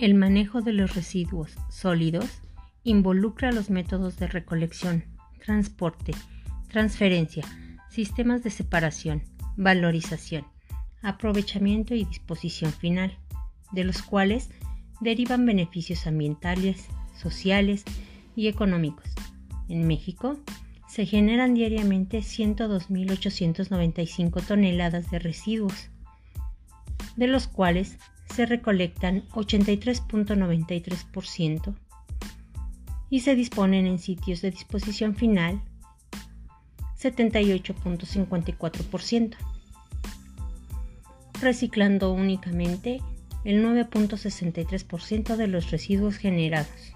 El manejo de los residuos sólidos involucra los métodos de recolección, transporte, transferencia, sistemas de separación, valorización, aprovechamiento y disposición final, de los cuales derivan beneficios ambientales, sociales y económicos. En México se generan diariamente 102.895 toneladas de residuos, de los cuales se recolectan 83.93% y se disponen en sitios de disposición final 78.54%, reciclando únicamente el 9.63% de los residuos generados.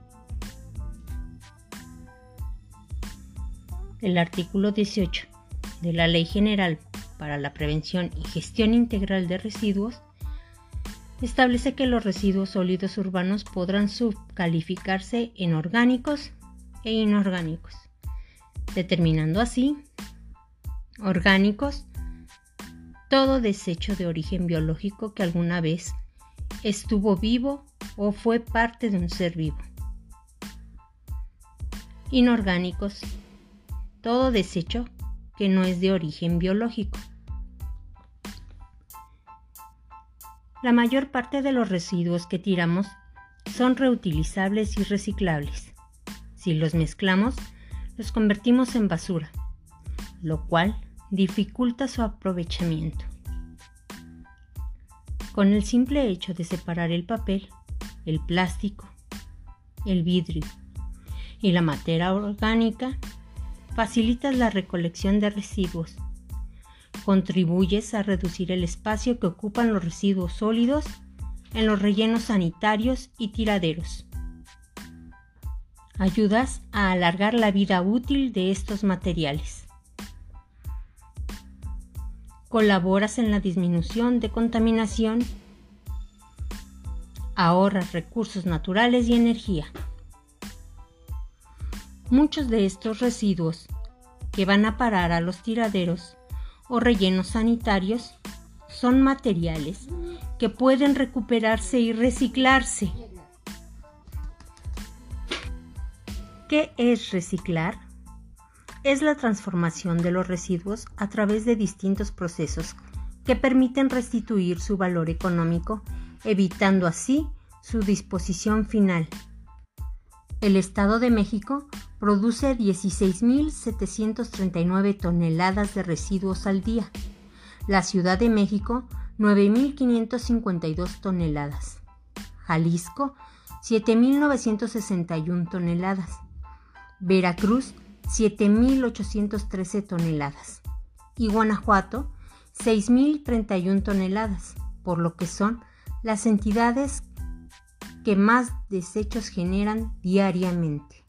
El artículo 18 de la Ley General para la Prevención y Gestión Integral de Residuos establece que los residuos sólidos urbanos podrán subcalificarse en orgánicos e inorgánicos, determinando así: orgánicos, todo desecho de origen biológico que alguna vez estuvo vivo o fue parte de un ser vivo; inorgánicos, todo desecho que no es de origen biológico. La mayor parte de los residuos que tiramos son reutilizables y reciclables. Si los mezclamos, los convertimos en basura, lo cual dificulta su aprovechamiento. Con el simple hecho de separar el papel, el plástico, el vidrio y la materia orgánica, facilitas la recolección de residuos, contribuyes a reducir el espacio que ocupan los residuos sólidos en los rellenos sanitarios y tiraderos. Ayudas a alargar la vida útil de estos materiales. Colaboras en la disminución de contaminación. Ahorras recursos naturales y energía. Muchos de estos residuos que van a parar a los tiraderos o rellenos sanitarios son materiales que pueden recuperarse y reciclarse. ¿Qué es reciclar? Es la transformación de los residuos a través de distintos procesos que permiten restituir su valor económico, evitando así su disposición final. El Estado de México produce 16.739 toneladas de residuos al día. La Ciudad de México, 9.552 toneladas. Jalisco, 7.961 toneladas. Veracruz, 7.813 toneladas. Y Guanajuato, 6.031 toneladas, por lo que son las entidades que más desechos generan diariamente.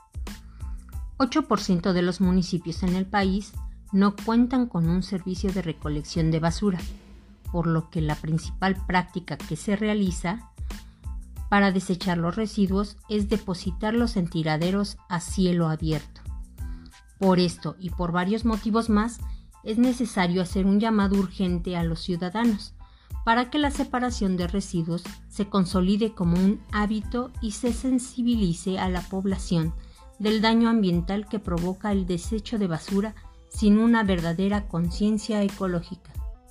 8% de los municipios en el país no cuentan con un servicio de recolección de basura, por lo que la principal práctica que se realiza para desechar los residuos es depositarlos en tiraderos a cielo abierto. Por esto y por varios motivos más, es necesario hacer un llamado urgente a los ciudadanos para que la separación de residuos se consolide como un hábito y se sensibilice a la población del daño ambiental que provoca el desecho de basura sin una verdadera conciencia ecológica.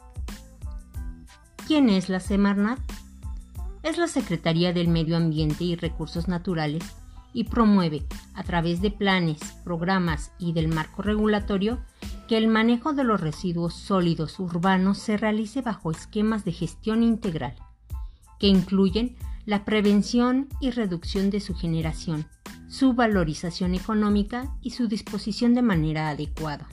¿Quién es la Semarnat? Es la Secretaría del Medio Ambiente y Recursos Naturales y promueve, a través de planes, programas y del marco regulatorio, que el manejo de los residuos sólidos urbanos se realice bajo esquemas de gestión integral, que incluyen la prevención y reducción de su generación, su valorización económica y su disposición de manera adecuada.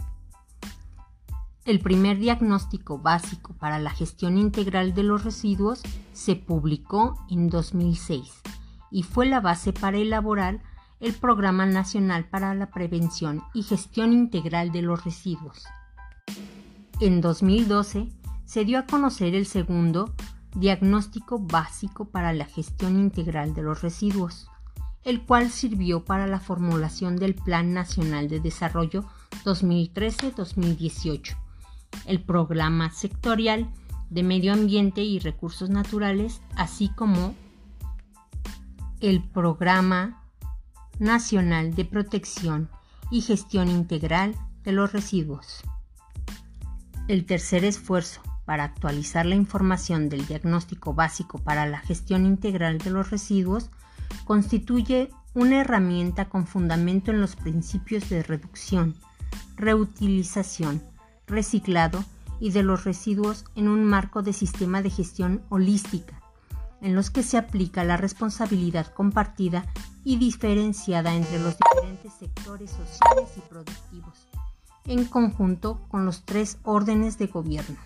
El primer diagnóstico básico para la gestión integral de los residuos se publicó en 2006 y fue la base para elaborar el Programa Nacional para la Prevención y Gestión Integral de los Residuos. En 2012 se dio a conocer el segundo Diagnóstico Básico para la Gestión Integral de los Residuos, el cual sirvió para la formulación del Plan Nacional de Desarrollo 2013-2018, el Programa Sectorial de Medio Ambiente y Recursos Naturales, así como el Programa Nacional de Protección y Gestión Integral de los Residuos. El tercer esfuerzo para actualizar la información del diagnóstico básico para la gestión integral de los residuos constituye una herramienta con fundamento en los principios de reducción, reutilización, reciclado y de los residuos en un marco de sistema de gestión holística, en los que se aplica la responsabilidad compartida y diferenciada entre los diferentes sectores sociales y productivos, en conjunto con los 3 órdenes de gobierno.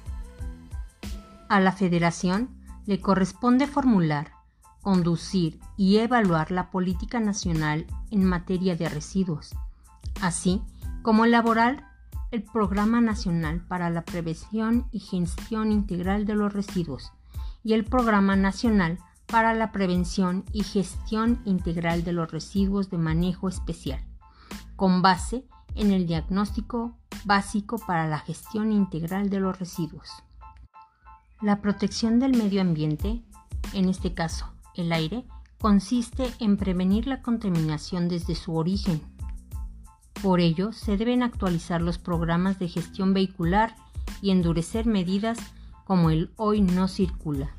A la Federación le corresponde formular, conducir y evaluar la política nacional en materia de residuos, así como elaborar el Programa Nacional para la Prevención y Gestión Integral de los Residuos y el Programa Nacional para la Prevención y Gestión Integral de los Residuos de Manejo Especial, con base en el diagnóstico básico para la gestión integral de los residuos. La protección del medio ambiente, en este caso el aire, consiste en prevenir la contaminación desde su origen. Por ello, se deben actualizar los programas de gestión vehicular y endurecer medidas como el Hoy No Circula.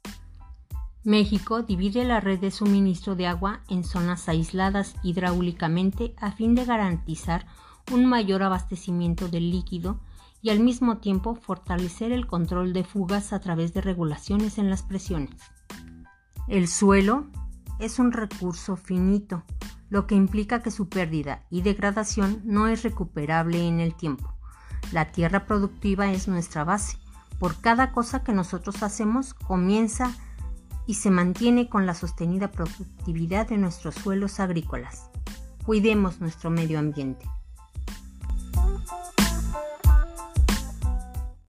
México divide la red de suministro de agua en zonas aisladas hidráulicamente a fin de garantizar un mayor abastecimiento del líquido y al mismo tiempo fortalecer el control de fugas a través de regulaciones en las presiones. El suelo es un recurso finito, lo que implica que su pérdida y degradación no es recuperable en el tiempo. La tierra productiva es nuestra base. Por cada cosa que nosotros hacemos, comienza y se mantiene con la sostenida productividad de nuestros suelos agrícolas. Cuidemos nuestro medio ambiente.